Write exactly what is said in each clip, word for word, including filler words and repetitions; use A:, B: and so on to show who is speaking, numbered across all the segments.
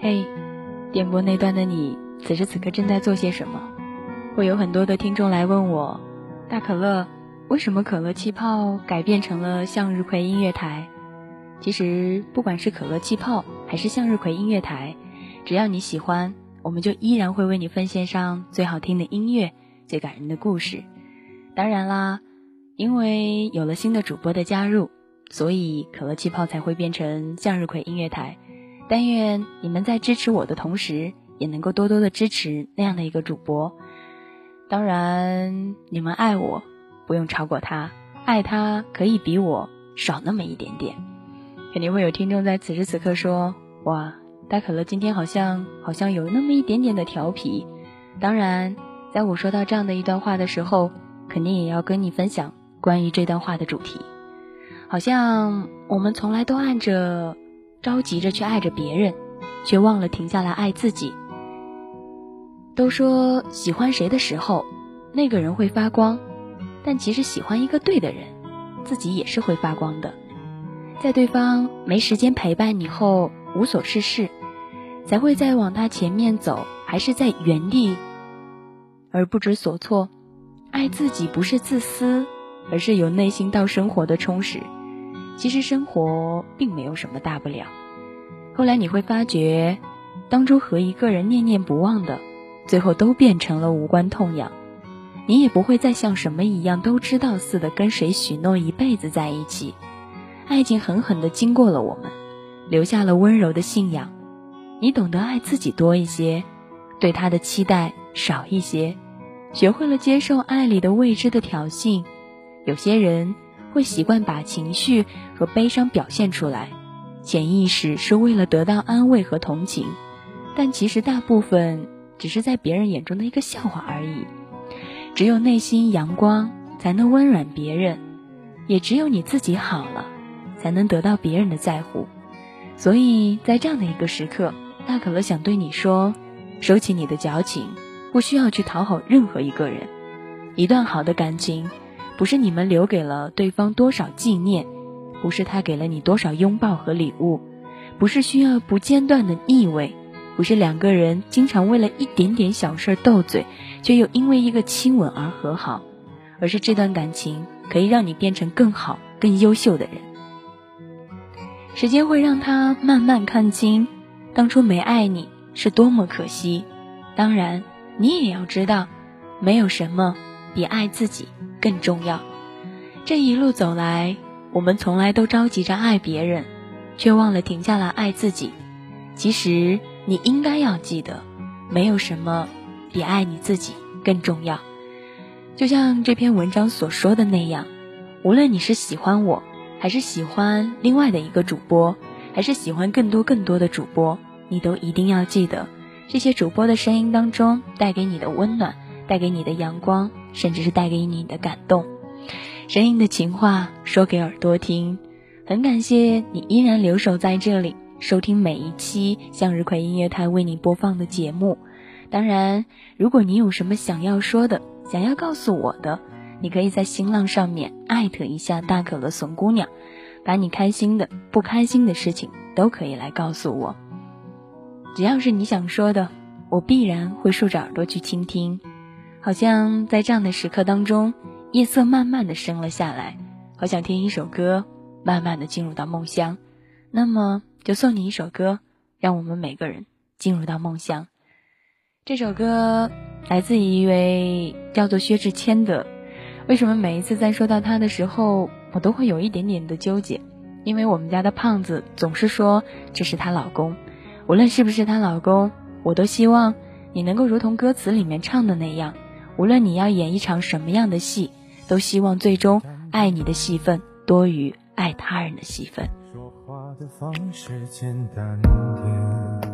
A: 嘿，电波那端的你，此时此刻正在做些什么？会有很多的听众来问我，大可乐，为什么可乐气泡改变成了向日葵音乐台？其实不管是可乐气泡还是向日葵音乐台，只要你喜欢，我们就依然会为你奉献上最好听的音乐，最感人的故事。当然啦，因为有了新的主播的加入，所以可乐气泡才会变成向日葵音乐台。但愿你们在支持我的同时，也能够多多的支持那样的一个主播。当然你们爱我不用超过他，爱他可以比我少那么一点点。肯定会有听众在此时此刻说，哇，大可乐今天好像好像有那么一点点的调皮。当然在我说到这样的一段话的时候，肯定也要跟你分享关于这段话的主题。好像我们从来都按着着急着去爱着别人，却忘了停下来爱自己。都说喜欢谁的时候，那个人会发光，但其实喜欢一个对的人，自己也是会发光的。在对方没时间陪伴你后无所事事，才会在往他前面走，还是在原地而不知所措。爱自己不是自私，而是由内心到生活的充实。其实生活并没有什么大不了。后来你会发觉，当初和一个人念念不忘的，最后都变成了无关痛痒。你也不会再像什么一样都知道似的跟谁许诺一辈子在一起。爱情狠狠地经过了我们，留下了温柔的信仰。你懂得爱自己多一些，对他的期待少一些，学会了接受爱里的未知的挑衅。有些人会习惯把情绪和悲伤表现出来，潜意识是为了得到安慰和同情，但其实大部分只是在别人眼中的一个笑话而已。只有内心阳光，才能温暖别人，也只有你自己好了，才能得到别人的在乎。所以在这样的一个时刻，大可乐想对你说，收起你的矫情，不需要去讨好任何一个人。一段好的感情，不是你们留给了对方多少纪念，不是他给了你多少拥抱和礼物，不是需要不间断的意味，不是两个人经常为了一点点小事斗嘴，却又因为一个亲吻而和好，而是这段感情可以让你变成更好更优秀的人。时间会让他慢慢看清，当初没爱你是多么可惜。当然你也要知道，没有什么比爱自己更重要。这一路走来，我们从来都着急着爱别人，却忘了停下来爱自己。其实你应该要记得，没有什么比爱你自己更重要。就像这篇文章所说的那样，无论你是喜欢我，还是喜欢另外的一个主播，还是喜欢更多更多的主播，你都一定要记得，这些主播的声音当中带给你的温暖，带给你的阳光，甚至是带给你的感动。声音的情话说给耳朵听。很感谢你依然留守在这里，收听每一期向日葵音乐台为你播放的节目。当然如果你有什么想要说的，想要告诉我的，你可以在新浪上面艾特一下大可乐怂姑娘，把你开心的不开心的事情都可以来告诉我。只要是你想说的，我必然会竖着耳朵去倾听。好像在这样的时刻当中，夜色慢慢的升了下来，好想听一首歌，慢慢的进入到梦乡。那么就送你一首歌，让我们每个人进入到梦乡。这首歌来自一位叫做薛之谦的。为什么每一次在说到他的时候，我都会有一点点的纠结？因为我们家的胖子总是说这是她老公，无论是不是她老公，我都希望你能够如同歌词里面唱的那样，无论你要演一场什么样的戏，都希望最终爱你的戏份多于爱他人的戏份。
B: 说话的方式简单点，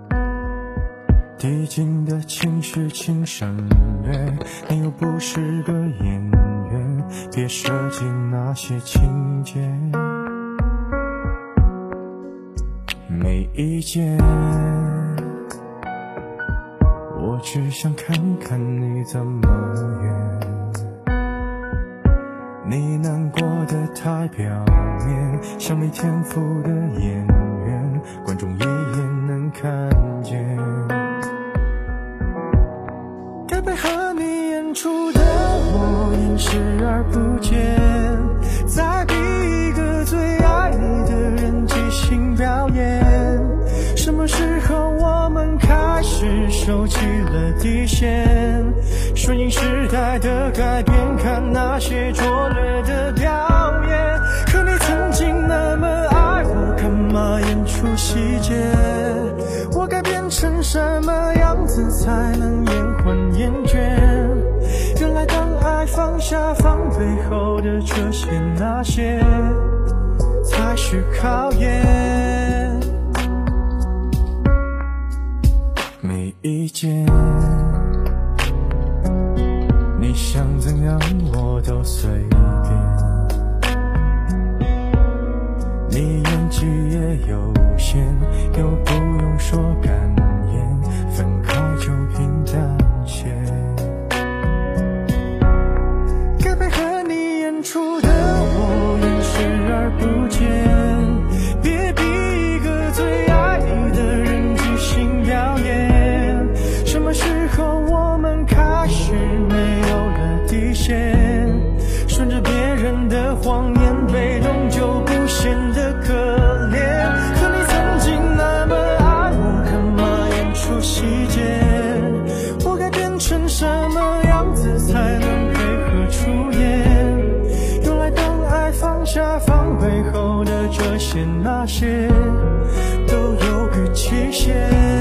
B: 递进的情绪请省略，你又不是个演员，别设计那些情节。没意见，我只想看看你怎么演。你难过的太表面，像没天赋的演员，观众一眼能看见。该配合你演出的我演视而不见，再逼一个最爱你的人即兴表演。什么时候我们开始收起了底线，顺应时代的改变，看那些拙劣的表演。可你曾经那么爱我，干嘛演出细节？我该变成什么样子才能延缓厌倦？原来当爱放下防备后的这些那些才是考验。没意见，你想怎样我都随便。你演技也有限，又不用说感言，分开就平淡些。该配合你演出的我演视而不见，别逼一个最爱你的人即兴表演。什么时候我们开始没有了底线，顺着别人的谎言，被动就不显得可怜。可你曾经那么爱我，干嘛演出细节？我该变成什么样子才能配合出演？原来当爱放下防备后的这些那些都有个期限。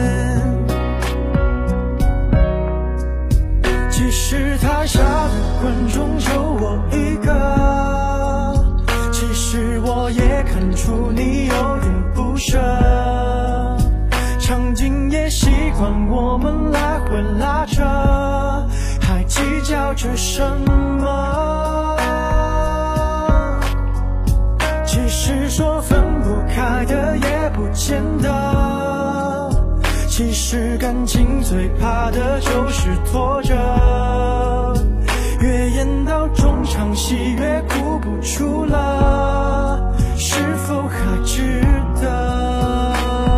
B: 即使台下的观众就我一个，其实我也看出你有点不舍，场景也习惯我们来回拉扯，还计较着什么？其实说分不开的也不见得，其实感情最怕的就是拖着，越演到中场戏越哭不出了，是否还值得？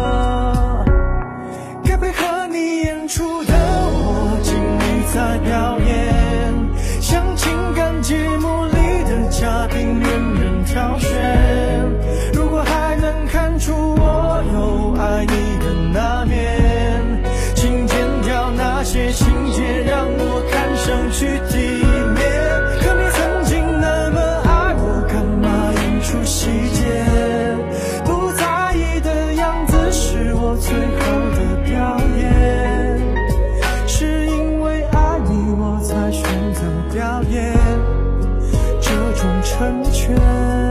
B: 该配合你演出的我尽力在表演，像情感节目里的嘉宾任人挑选。如果还能看出我有爱你的那面，请剪掉那些情节，让我看上去体面。可你曾经那么爱我，干嘛演出细节？不在意的样子是我最后的表演，是因为爱你我才选择表演这种成全。